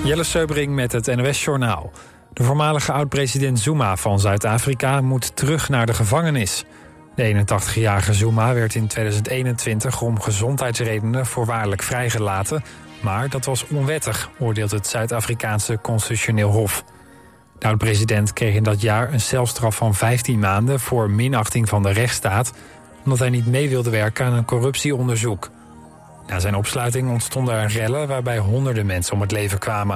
Jelle Seubring met het NOS-journaal. De voormalige oud-president Zuma van Zuid-Afrika moet terug naar de gevangenis. De 81-jarige Zuma werd in 2021 om gezondheidsredenen voorwaardelijk vrijgelaten, maar dat was onwettig, oordeelt het Zuid-Afrikaanse Constitutioneel Hof. De oud-president kreeg in dat jaar een celstraf van 15 maanden voor minachting van de rechtsstaat, omdat hij niet mee wilde werken aan een corruptieonderzoek. Na zijn opsluiting ontstonden er rellen waarbij honderden mensen om het leven kwamen.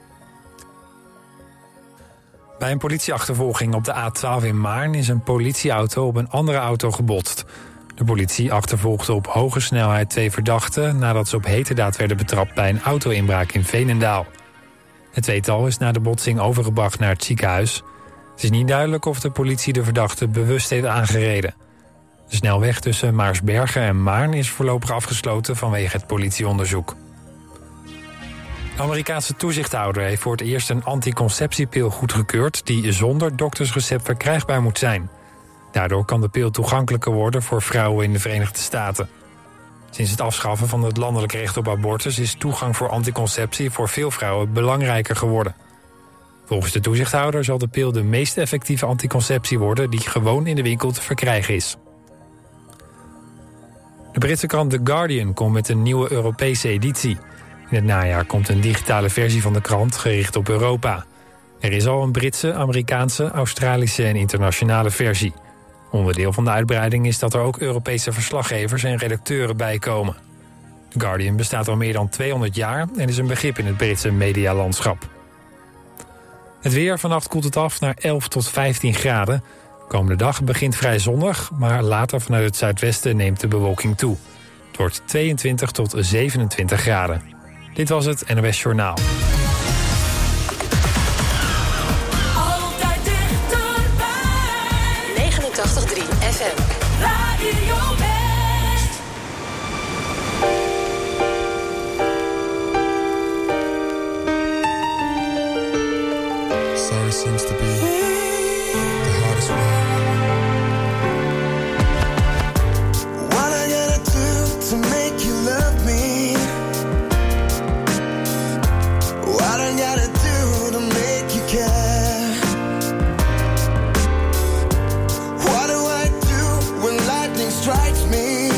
Bij een politieachtervolging op de A12 in Maarn is een politieauto op een andere auto gebotst. De politie achtervolgde op hoge snelheid 2 verdachten nadat ze op heterdaad werden betrapt bij een auto-inbraak in Veenendaal. Het tweetal is na de botsing overgebracht naar het ziekenhuis. Het is niet duidelijk of de politie de verdachte bewust heeft aangereden. De snelweg tussen Maarsbergen en Maarn is voorlopig afgesloten vanwege het politieonderzoek. De Amerikaanse toezichthouder heeft voor het eerst een anticonceptiepil goedgekeurd die zonder doktersrecept verkrijgbaar moet zijn. Daardoor kan de pil toegankelijker worden voor vrouwen in de Verenigde Staten. Sinds het afschaffen van het landelijk recht op abortus is toegang voor anticonceptie voor veel vrouwen belangrijker geworden. Volgens de toezichthouder zal de pil de meest effectieve anticonceptie worden die gewoon in de winkel te verkrijgen is. De Britse krant The Guardian komt met een nieuwe Europese editie. In het najaar komt een digitale versie van de krant gericht op Europa. Er is al een Britse, Amerikaanse, Australische en internationale versie. Onderdeel van de uitbreiding is dat er ook Europese verslaggevers en redacteuren bij komen. The Guardian bestaat al meer dan 200 jaar en is een begrip in het Britse medialandschap. Het weer, vannacht koelt het af naar 11 tot 15 graden. Komende dag begint vrij zonnig, maar later vanuit het zuidwesten neemt de bewolking toe. Het wordt 22 tot 27 graden. Dit was het NOS Journaal. Altijd dichterbij. 89.3 FM. Radio West. Sorry seems to be the hardest one. What I gotta do to make you love me? What I gotta do to make you care? What do I do when lightning strikes me?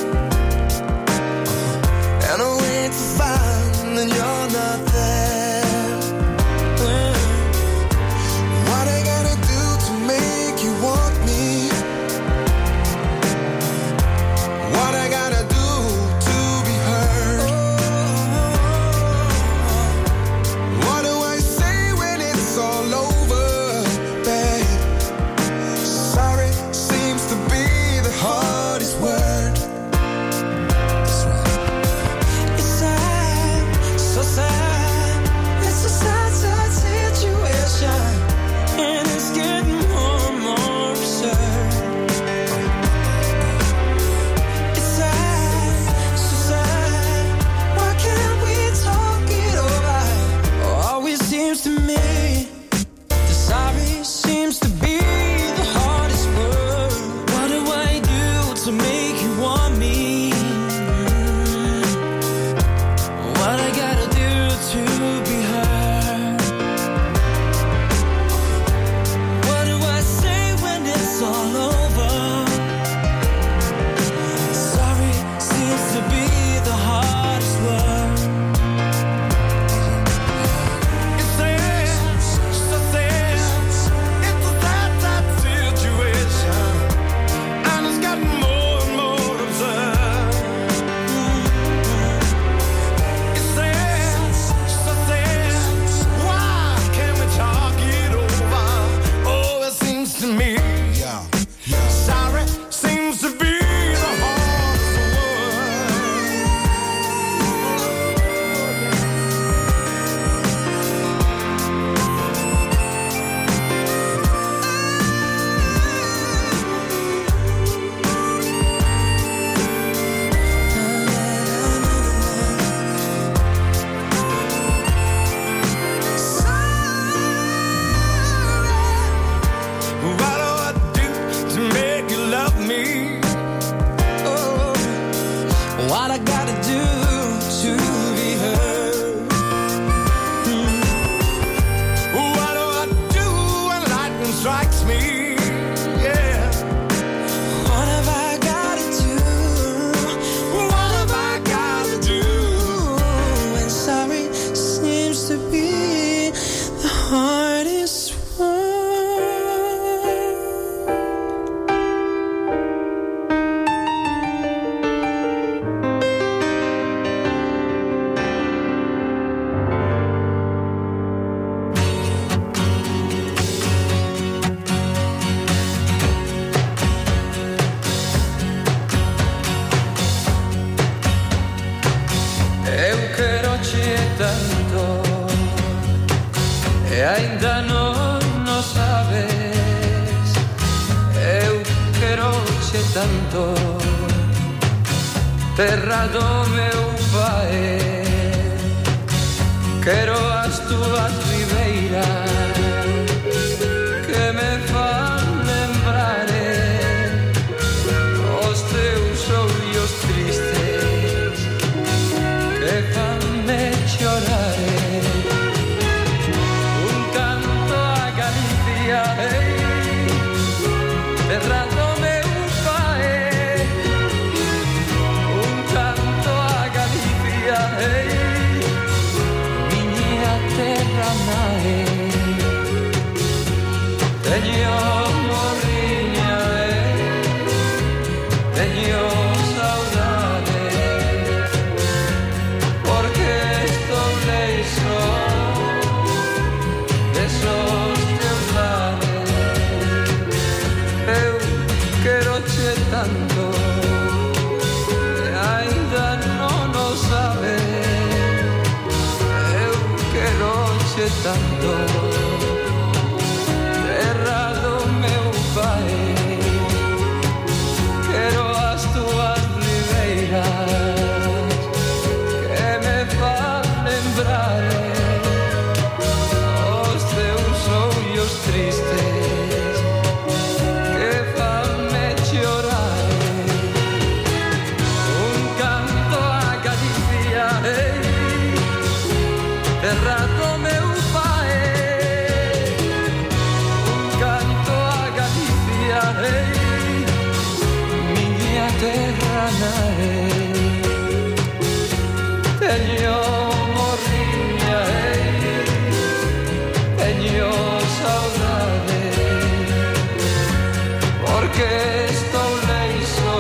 And I wait to find that you're not there. What I gotta do to make you want me? What I gotta do to be heard? What do e ainda non sabes. Eu queroche tanto, terra do meu pai. Quero as túas ribeiras que me fan lembrar os teus ollos tristes que fanme chorar. Un canto a Galicia, terra do meu pai. Un canto a Galicia, miña terra nai. Teño morriña, teño saudade, porque estou leixo desos teus lares. Eu queroche tanto, e aínda non o sabes. Eu queroche tanto, terra do meu pai. Quero as túas ribeiras que me fan lembrar os teus ollos tristes que fanme chorar. Un canto a Galicia, terra do meu pai. Un canto a Galicia, miña terra nai. Teño morriña, teño saudade, porque estou leixo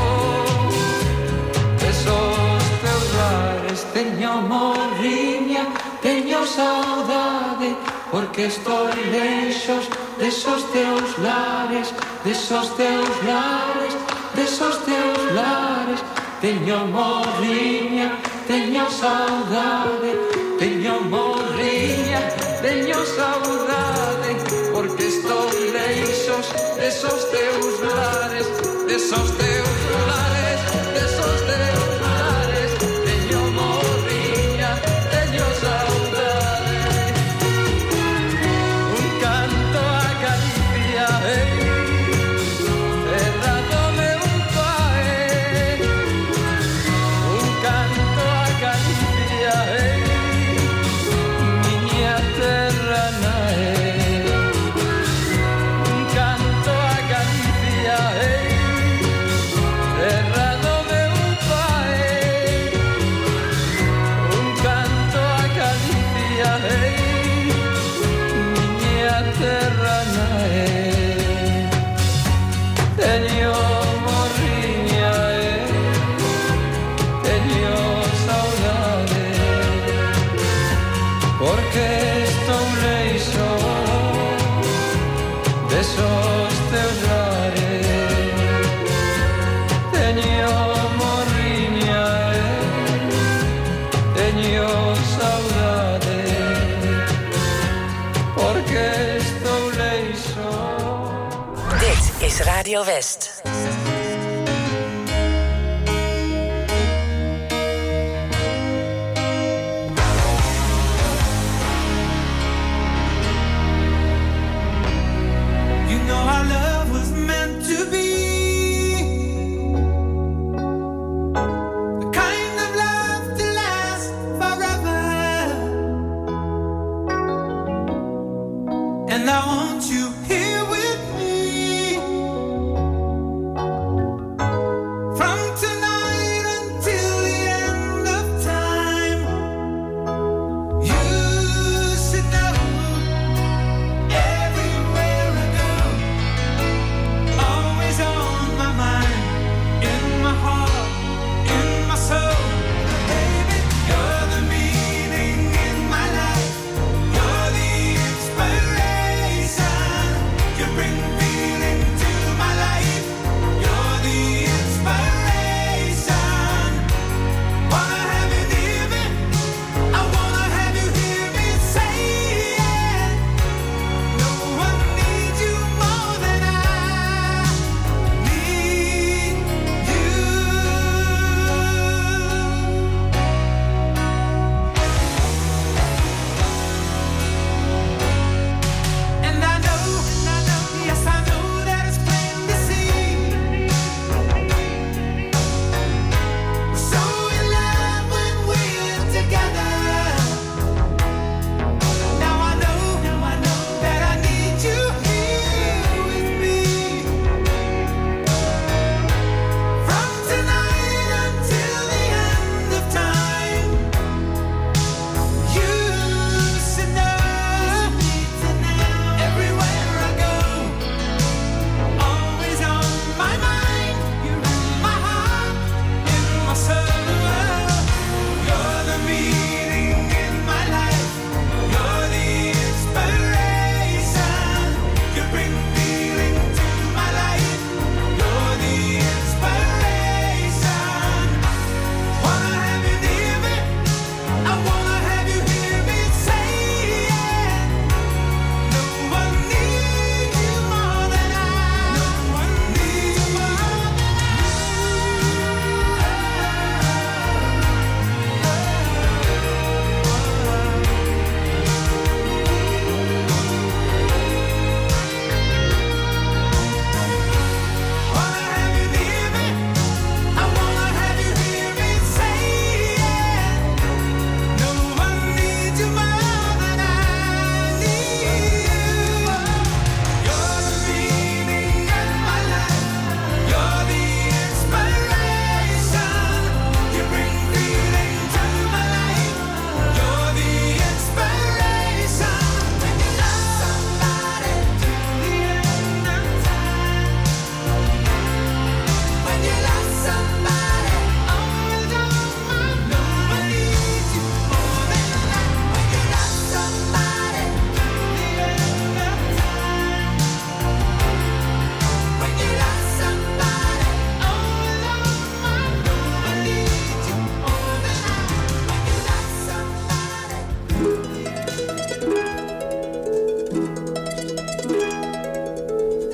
desos teus lares. Teño morriña, teño saudade, porque estou leixos desos teus lares, desos teus lares, desos teus lares. Teño morriña, teño saudade, teño morriña, teño saudade, porque estou leixos desos teus lares, desos teus lares, desos teus lares. Teño morriña, teño saudade. Un canto a Galicia, terra do meu pai. Un canto a Galicia, miña terra nai. Un canto a Galicia, terra do meu pai. Un canto a Galicia, miña terra nai. Teño morriña, teño saudade, porque estou leixo desos teus lares. Teño morriña, teño saudade, porque estou leixo. Dit is Radio West. You know our love was meant to be the kind of love to last forever. And I want you here with me. From tonight until the end of time. You should know everywhere I go, always on my mind, in my heart, in my soul. Baby, you're the meaning in my life. You're the inspiration.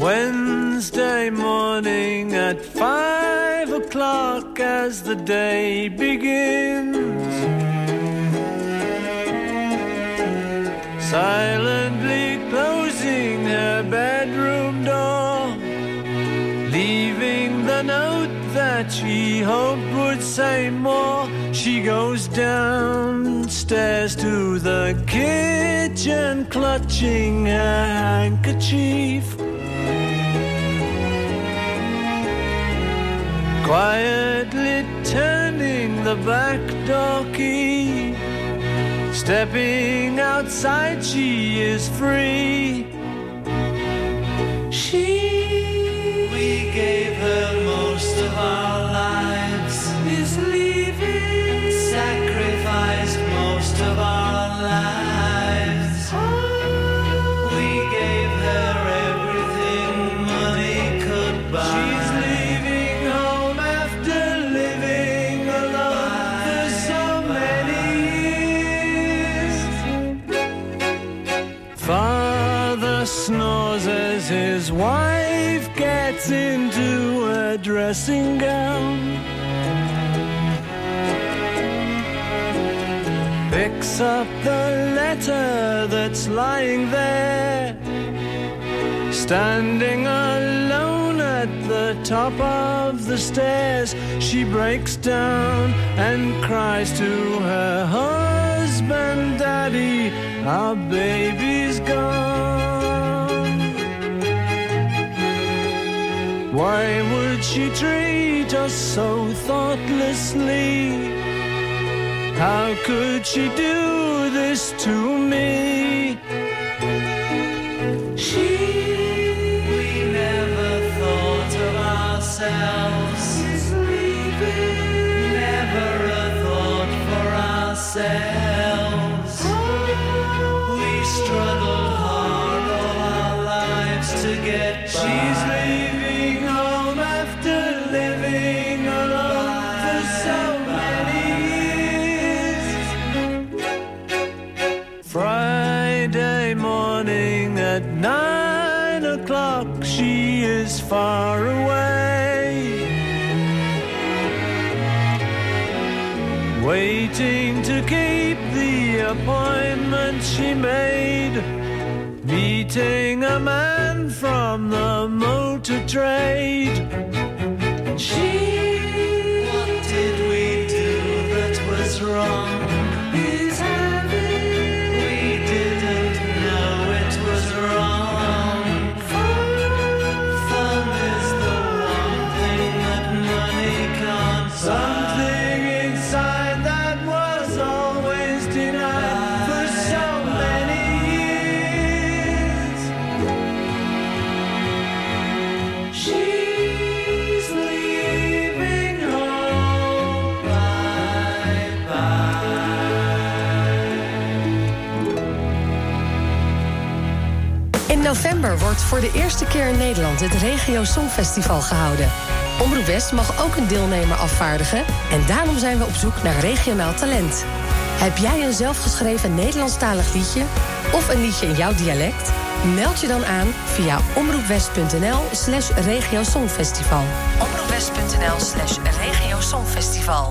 Wednesday morning at 5 o'clock as the day begins. Silently closing her bedroom door, leaving the note that she hoped would say more. She goes downstairs to the kitchen, clutching her handkerchief. Quietly turning the back door key. Stepping outside, she is free. We gave her most of our lives. Is leaving. Sacrificed most of our lives. We gave her everything money could buy. She's leaving home after living alone for so many years. Father snores as his wife gets into a dressing gown. Picks up the letter that's lying there. Standing alone at the top of the stairs, she breaks down and cries to her husband, "Daddy, our baby's gone." Why would she treat us so thoughtlessly? How could she do this to me? We never thought of ourselves. Never a thought for ourselves. We struggled hard all our lives to get by. She's leaving home after living alone for so many years. Friday morning at 9 o'clock, she is far away, waiting to keep the appointment she made, meeting a man from the motor trade. What did we do that was wrong? His habit. We didn't know it was wrong. Fun is the one thing that money can't buy. Something inside that was always denied for so many years. She's leaving home. Bye-bye. In november wordt voor de eerste keer in Nederland het Regio Songfestival gehouden. Omroep West mag ook een deelnemer afvaardigen en daarom zijn we op zoek naar regionaal talent. Heb jij een zelfgeschreven Nederlandstalig liedje of een liedje in jouw dialect? Meld je dan aan via omroepwest.nl/regiosongfestival. omroepwest.nl/regiosongfestival.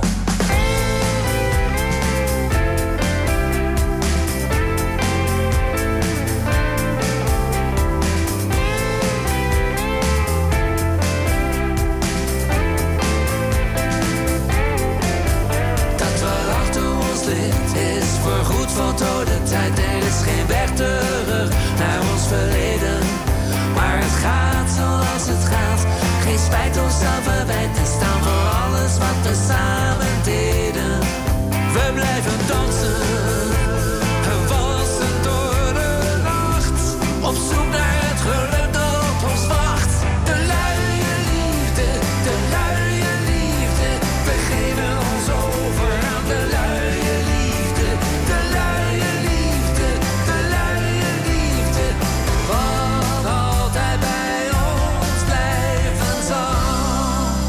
Dat wat achter ons ligt is voorgoed van de tijd. Er is geen weg terug naar ons verleden. Maar het gaat zoals het gaat. Geen spijt of zelfverwijt. En staan voor alles wat we samen deden. We blijven dansen. Walsen door de nacht. Op zoek naar het geluk dat op ons wacht. De luie liefde, de luie liefde. We geven ons over aan de luie liefde. De luie liefde, de luie liefde. Wat altijd bij ons blijven zal.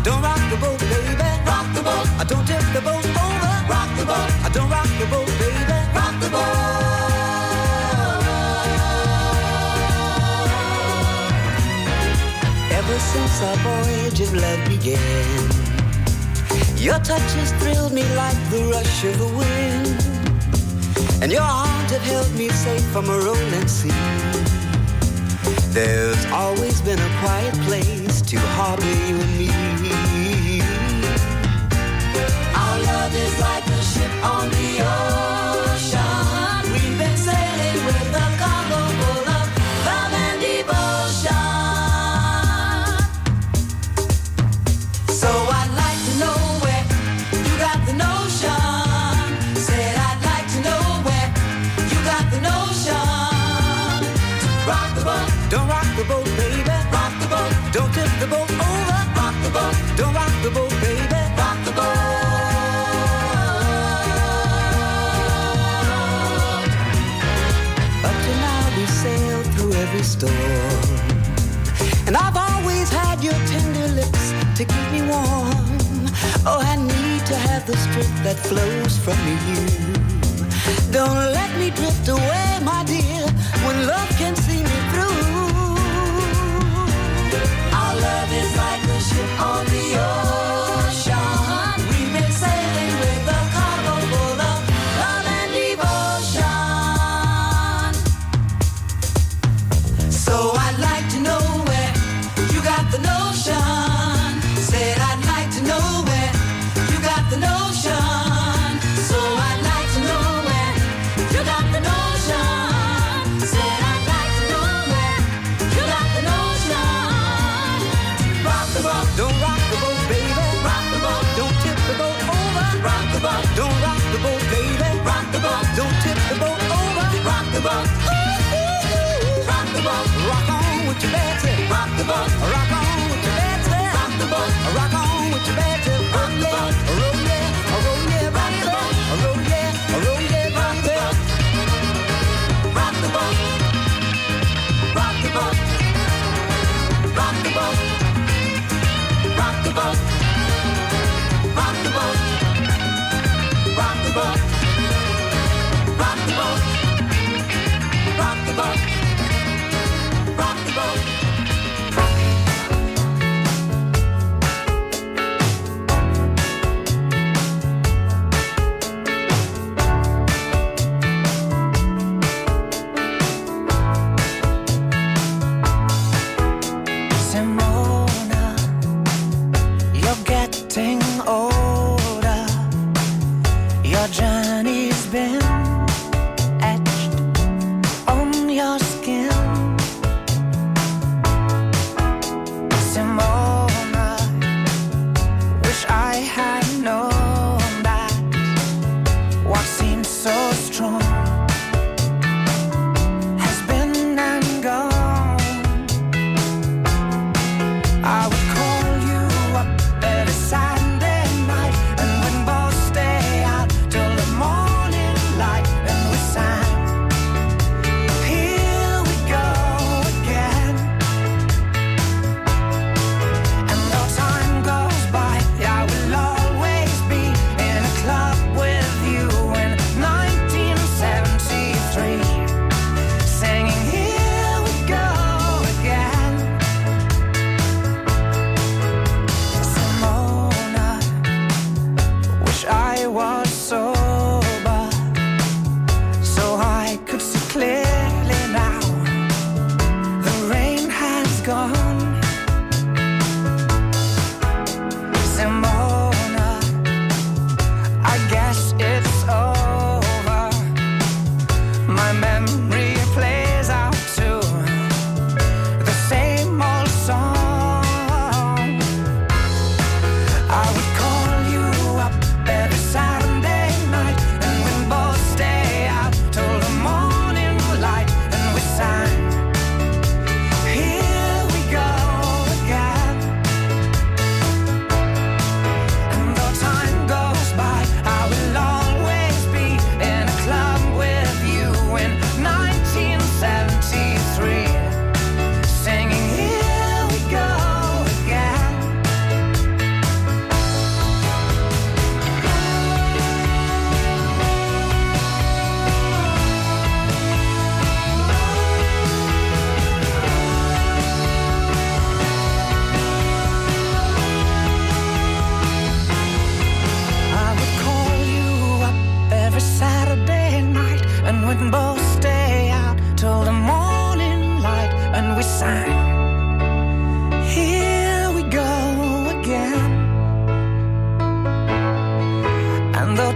Don't rock the boat, baby. Rock the boat. Don't tip the boat over. Rock the boat. Don't rock the boat, baby. Rock the boat. Ever since our voyage of love began, your touch has thrilled me like the rush of the wind, and your arms have held me safe from a rolling sea. There's always been a quiet place to harbor you and me. Our love is like a ship on the ocean. We've been sailing with a cargo full of love and devotion. So I'd like to know where you got the notion. Said I'd like to know where you got the notion. Rock the boat. Don't rock the boat, baby. Rock the boat. Don't tip the boat over. Rock the boat. Don't rock the boat, baby. Rock the boat. Up to now we sailed through every storm, and I've always had your tender lips to keep me warm. Oh, I need to have the strength that flows from you. Don't let me drift away, my dear, when love can see me through. Our love is like a ship on the ocean. We've been sailing with a cargo full of love and devotion. So I'd like to know where you got the notion. Said I'd like to know where you got the notion. So I'd like to know where you got the notion. Said I'd like to know where you got the notion. Rock the boat, don't rock the boat, baby. Rock the boat, don't tip the boat over. Rock the boat, don't rock the boat, baby. Rock the boat, don't tip the boat over. Rock the boat, ooh, ooh, ooh. Rock the boat, rock on with your bad tip. Rock the boat, rock on with your bad tip. Rock the boat, rock on with your bad tip. Rock the boat, roll yeah, roll yeah, rock the boat, roll yeah, roll yeah, rock the boat. Rock the boat, rock the boat, rock the boat, rock the boat, rock the boat, rock the boat, rock the boat, rock the boat, rock the boat.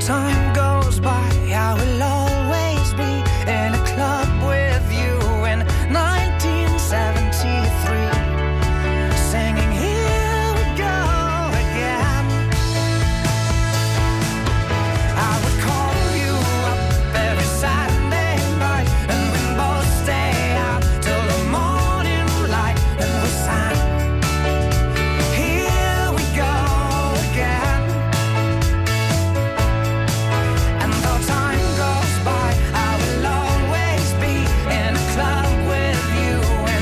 time goes by, I will always be in a club with you in 1973, singing here we go again. I would call you up every Saturday night, and we'd both stay out till the morning light, and we sang here we go again. And though time goes by, I will always be in a club with you in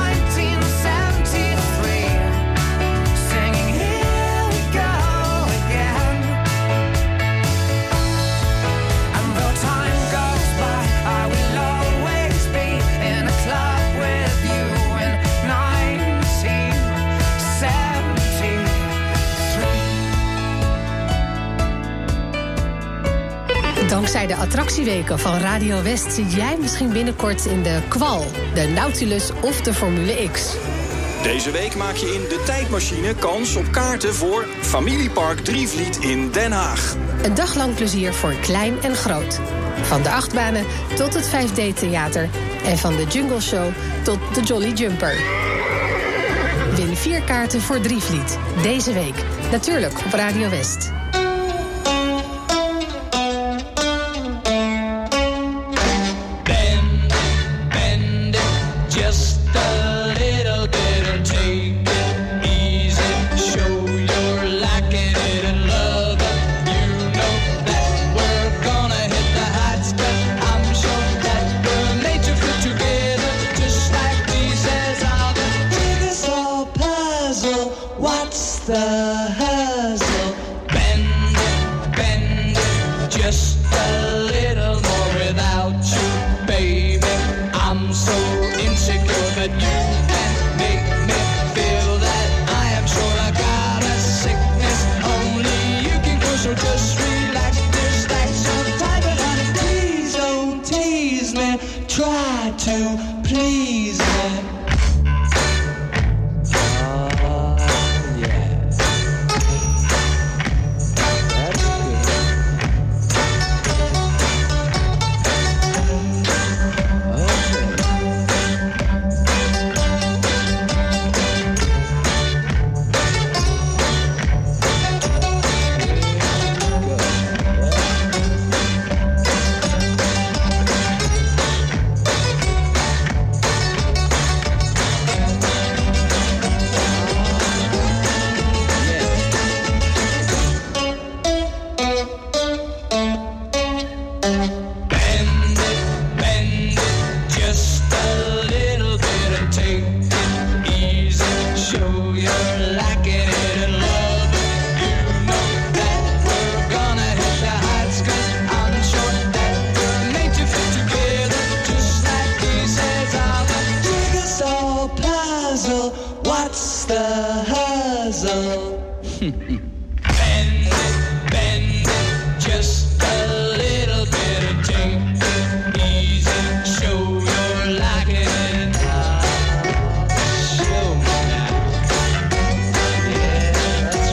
1973, singing here we go again. And though time goes by, I will always be in a club with you in 1973. Dankzij de attractieweken van Radio West zit jij misschien binnenkort in de Kwal, de Nautilus of de Formule X. Deze week maak je in De Tijdmachine kans op kaarten voor Familiepark Drievliet in Den Haag. Een dag lang plezier voor klein en groot. Van de achtbanen tot het 5D-theater en van de Jungle Show tot de Jolly Jumper. Win 4 kaarten voor Drievliet, deze week. Natuurlijk op Radio West. Bend it just a little bit and take it easy. Show you're liking it and love it. You know that we're gonna hit the heights, 'cause I'm sure that we're made to fit together, just like these as all the jigsaw puzzle. What's the hustle? Bend it just a little more without you, baby. I'm so insecure, but you can make me feel that I am sure I got a sickness only you can cure. So just relax, there's stacks of time, but honey, please don't tease me. Try to please me. Bend it just a little bit and take it easy. Show you're liking it and love it. You know that we're gonna hit the heights, 'cause I'm sure that we're made to fit together, just like these heads are the jigsaw puzzle. What's the hustle? Bend it just a little bit and take it easy. Show you're liking it. Show me now. Yeah, that's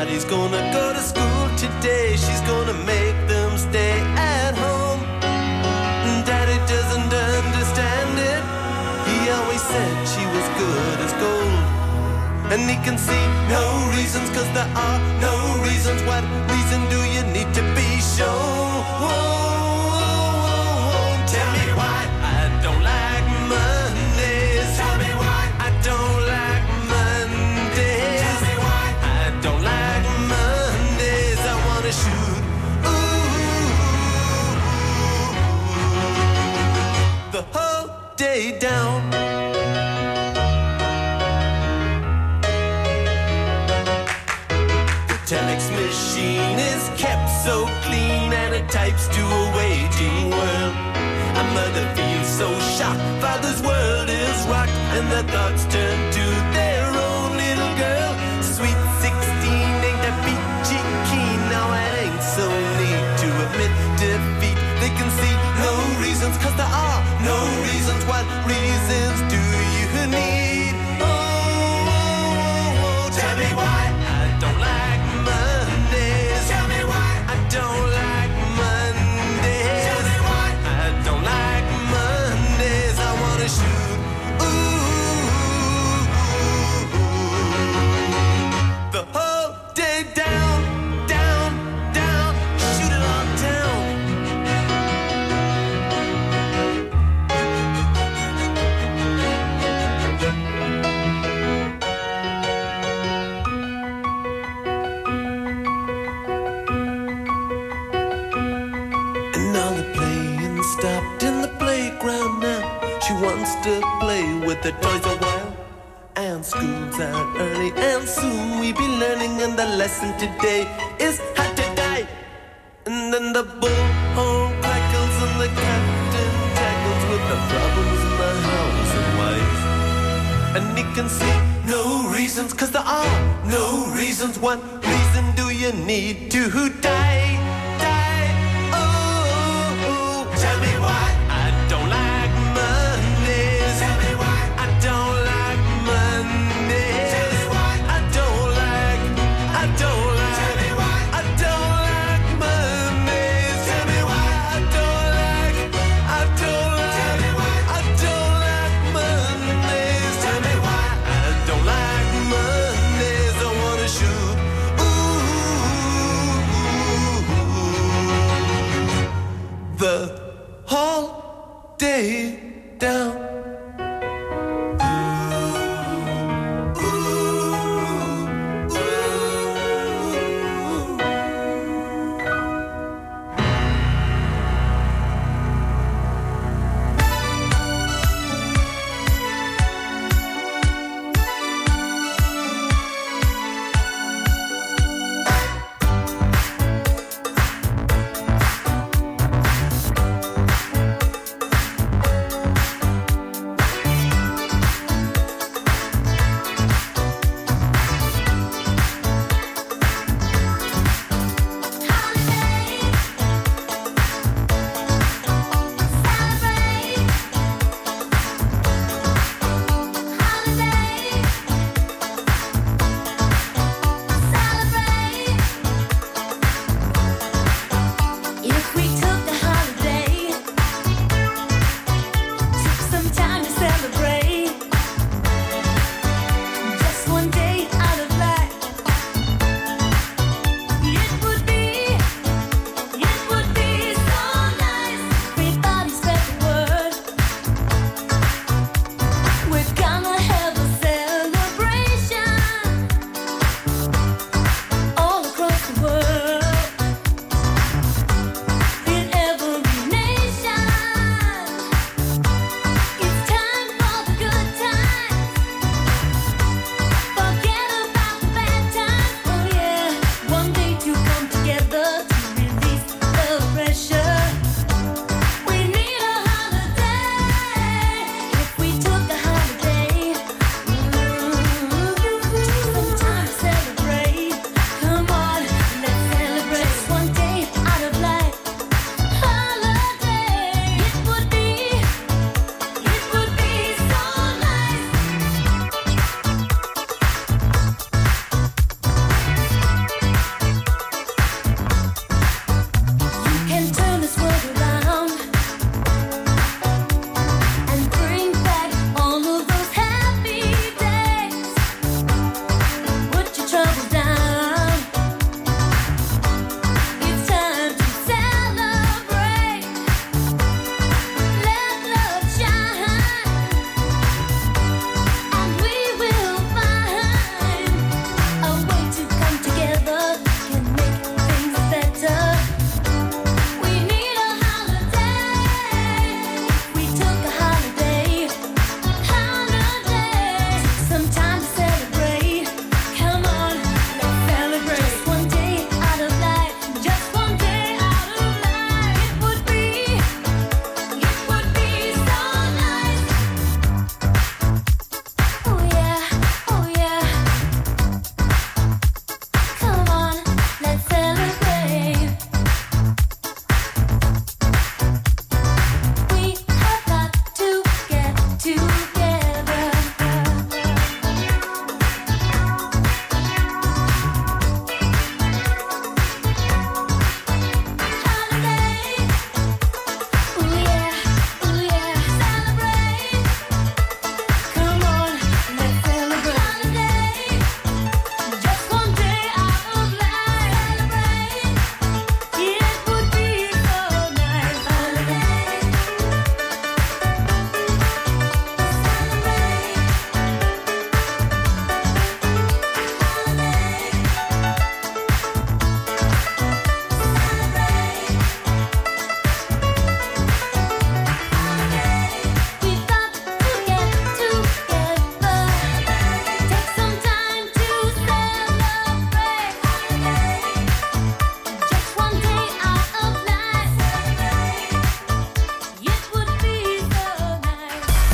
Nobody's gonna go to school today. She's gonna make them stay at home. Daddy doesn't understand it. He always said she was good as gold. And he can see no reasons, 'cause there are no reasons. What reason do you need to be shown? Tell me why I don't like Mondays. Tell me why I don't like Mondays. Tell me why I don't like Mondays. I wanna shoot the whole day down. Telex machine is kept so clean and it types to a waging world. A mother feels so shocked, father's world is rocked, and their thoughts turn to their own little girl. Sweet 16 ain't that peachy keen. Now it ain't so neat to admit defeat. They can see no reasons, 'cause there are no reasons. What reasons do you need? Tell me why I don't like Mondays. Tell me why I don't like Mondays. Tell me why I don't like Mondays. I wanna shoot the whole day down, down, down. Shoot it all down. And all the playing stopped in the playground now. She wants to play with the toys a while. And school's out early, and soon we be learning. And the lesson today is how to die. And then the bullhorn crackles and the captain tackles with the problems in the house and wife. And he can see no reasons, 'cause there are no reasons. What reason do you need to die? Die, oh, tell me why I don't like Mondays. Tell me why I don't like Mondays. Tell me why I don't like, I don't like. Tell me why I don't like Mondays. Tell me why I don't like, I don't like. Tell me why I don't like Mondays. Tell me why I don't like Mondays. I wanna shoot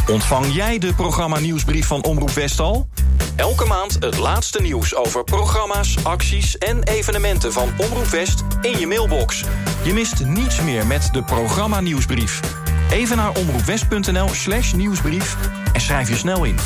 Ontvang jij de programma nieuwsbrief van Omroep West al? Elke maand het laatste nieuws over programma's, acties en evenementen van Omroep West in je mailbox. Je mist niets meer met de programma nieuwsbrief. Even naar omroepwest.nl/nieuwsbrief en schrijf je snel in.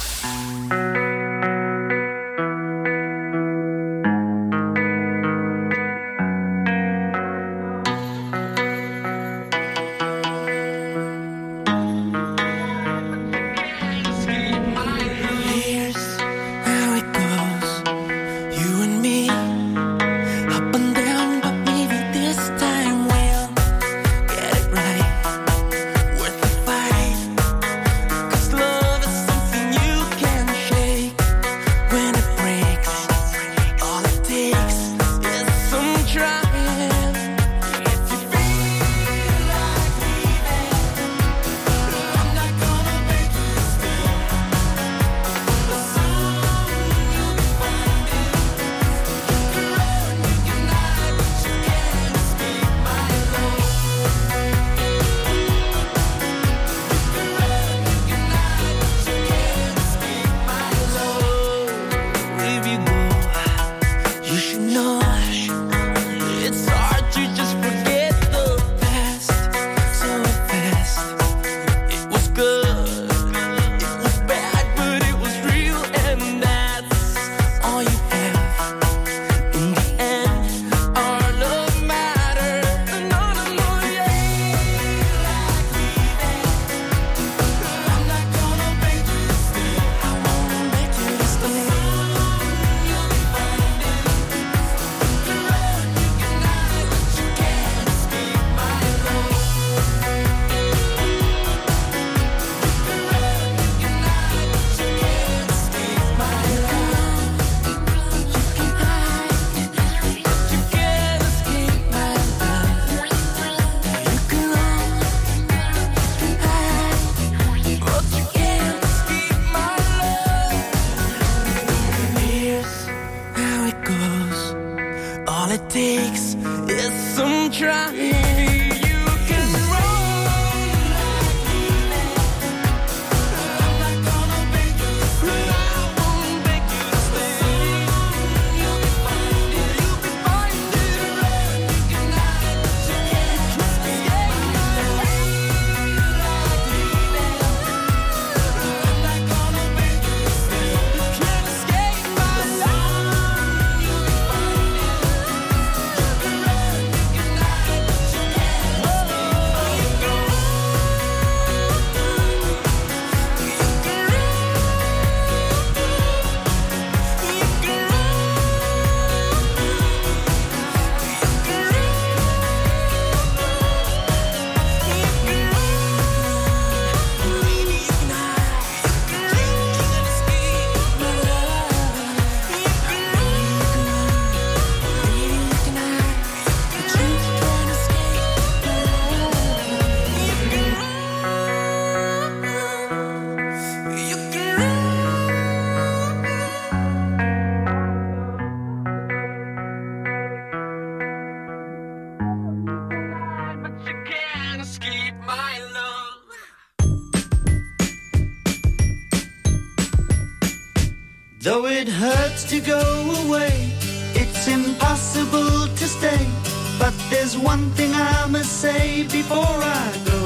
Though it hurts to go away, it's impossible to stay. But there's one thing I must say before I go.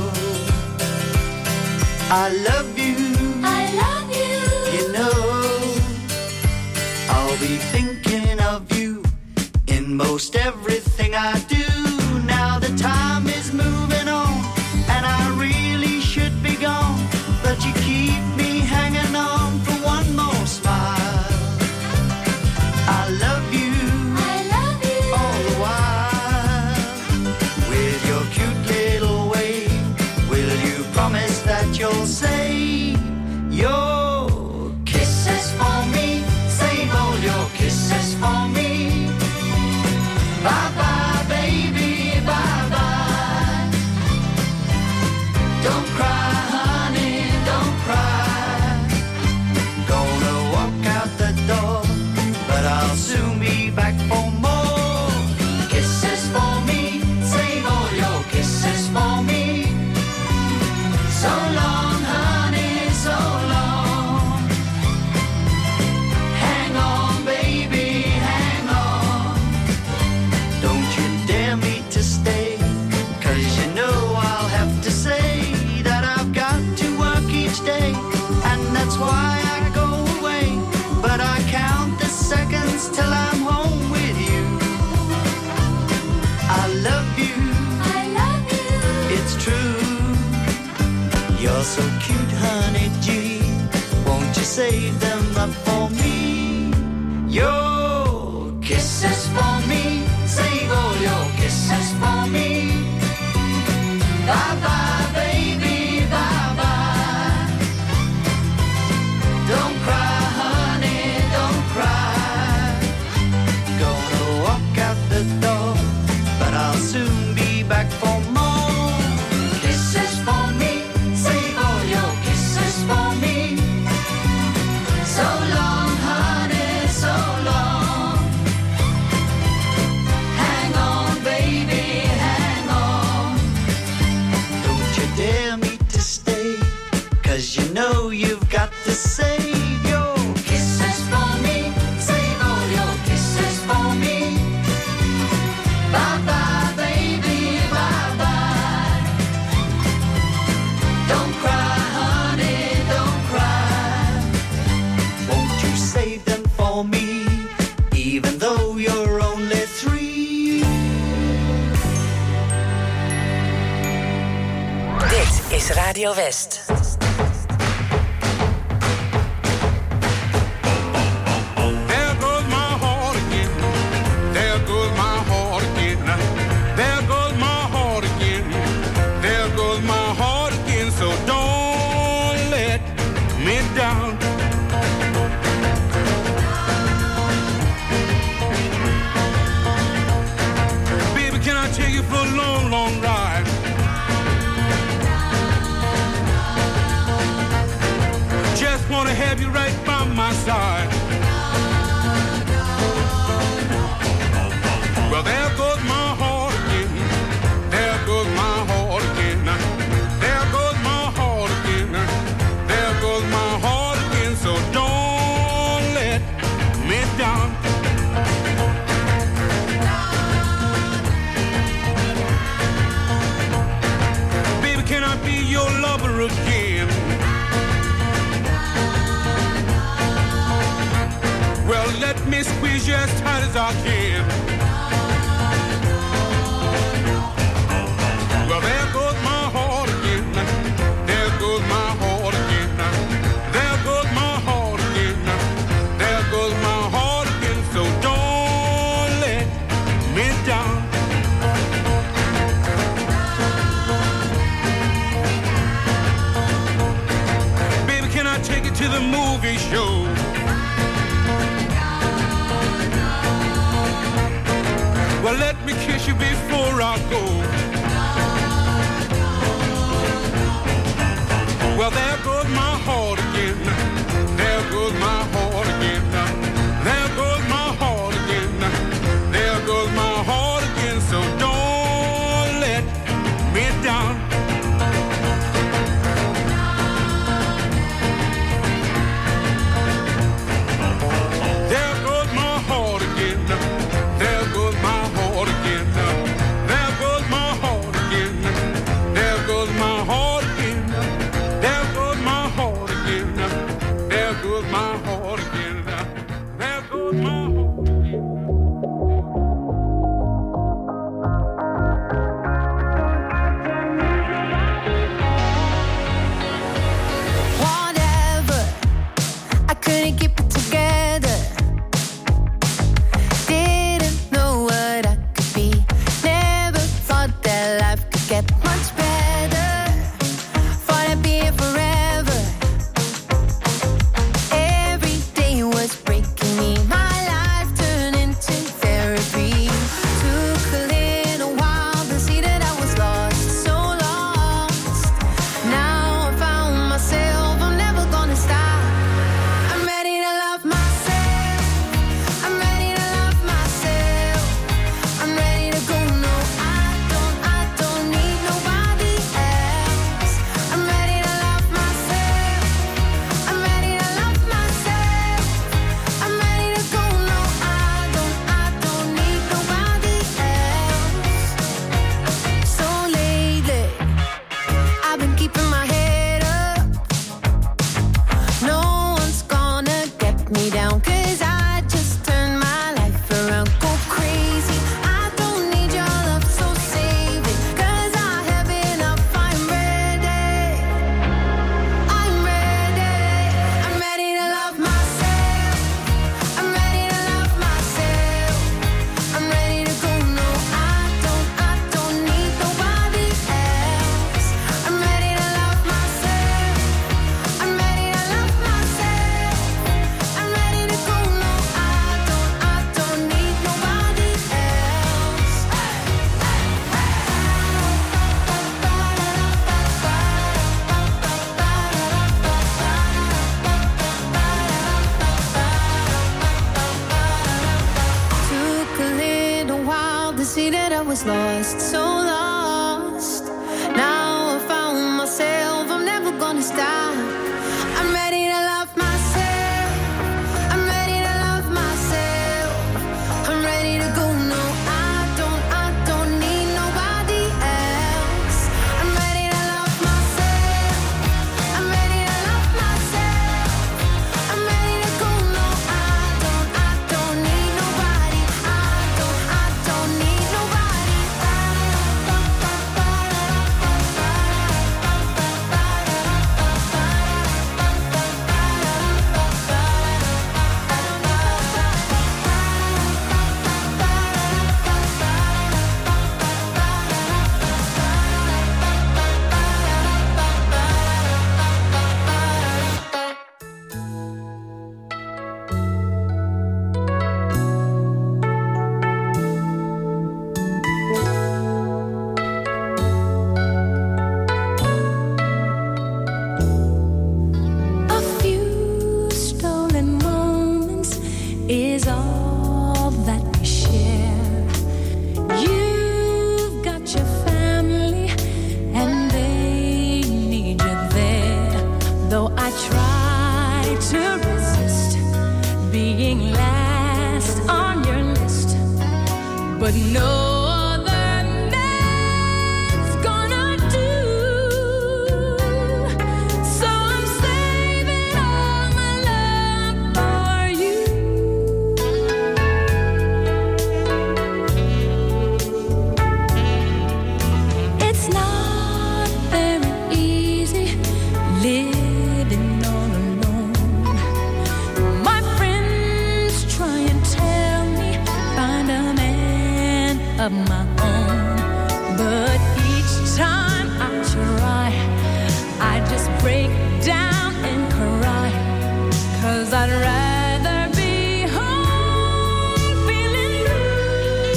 I love you. I love you. You know, I'll be thinking of you in most everything I do. Now the time is moving on, and I really should be gone. But you keep me hanging on for one more smile. I love you. I love you. All the while, with your cute little way, will you promise that you'll say your kisses for me? Save all your kisses for me. Bye bye, baby. save them up for me. Your kisses for me, save all your kisses for me. Bye bye, baby, bye bye. Don't cry, honey, don't cry. Gonna walk out the door, but I'll soon be back for more. Kisses for me, save all your kisses for me. So long, honey, so long. Hang on, baby, hang on. Don't you dare me to stay, 'cause you know you've got to save your kisses for me. Save all your kisses for me. Bye bye, baby, bye bye. Don't cry, honey, don't cry. Won't you save them for me, even though you're only 3? Dit is Radio West. There goes my heart again. There goes my heart again. There goes my heart again. There goes my heart again. So don't let me down. Baby, can I take you for a long, long ride? Just wanna have you right by my side. Well, there goes my heart again. There goes my heart again. There goes my heart again. There goes my heart again. So don't let me down. Baby, can I be your lover again? Well, let me squeeze you as tight as I can. Well, there goes my heart again. There goes my heart again. There goes my heart again. There goes my heart again. So don't let me down. Baby, can I take you to the movie show? Well, let me kiss you before I go. Well, there goes my heart again. There goes my heart again. There goes my heart again. There goes my heart again. So don't let me down. There goes my heart again. There goes my heart again. There goes my heart again. There goes my heart again. There goes my heart again. There goes my heart see that I was lost, so lost. Now I found myself, I'm never gonna stop. I'm ready to love myself. I'm ready to love myself. I'm ready to go. No, I don't need nobody else. I'm ready to love myself. I'm ready to love myself. I'm ready to go. No, I don't need nobody. I don't need nobody. A few stolen moments is all that we share. You've got your family and they need you there. Though I try to resist being last on your list, but no other man's gonna do. So I'm saving all my love for you. It's not very easy living all alone. My friends try and tell me find a man of my own, but each time I try, I just break down and cry. 'Cause I'd rather be home feeling blue.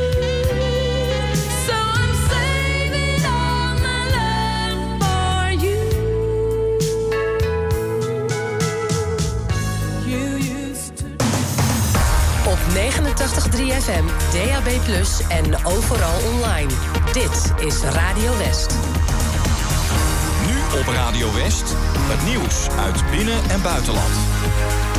So I'm saving all my love for you. You used to. Op 89.3 FM, DAB+ en overal online. Dit is Radio West. Nu op Radio West, het nieuws uit binnen- en buitenland.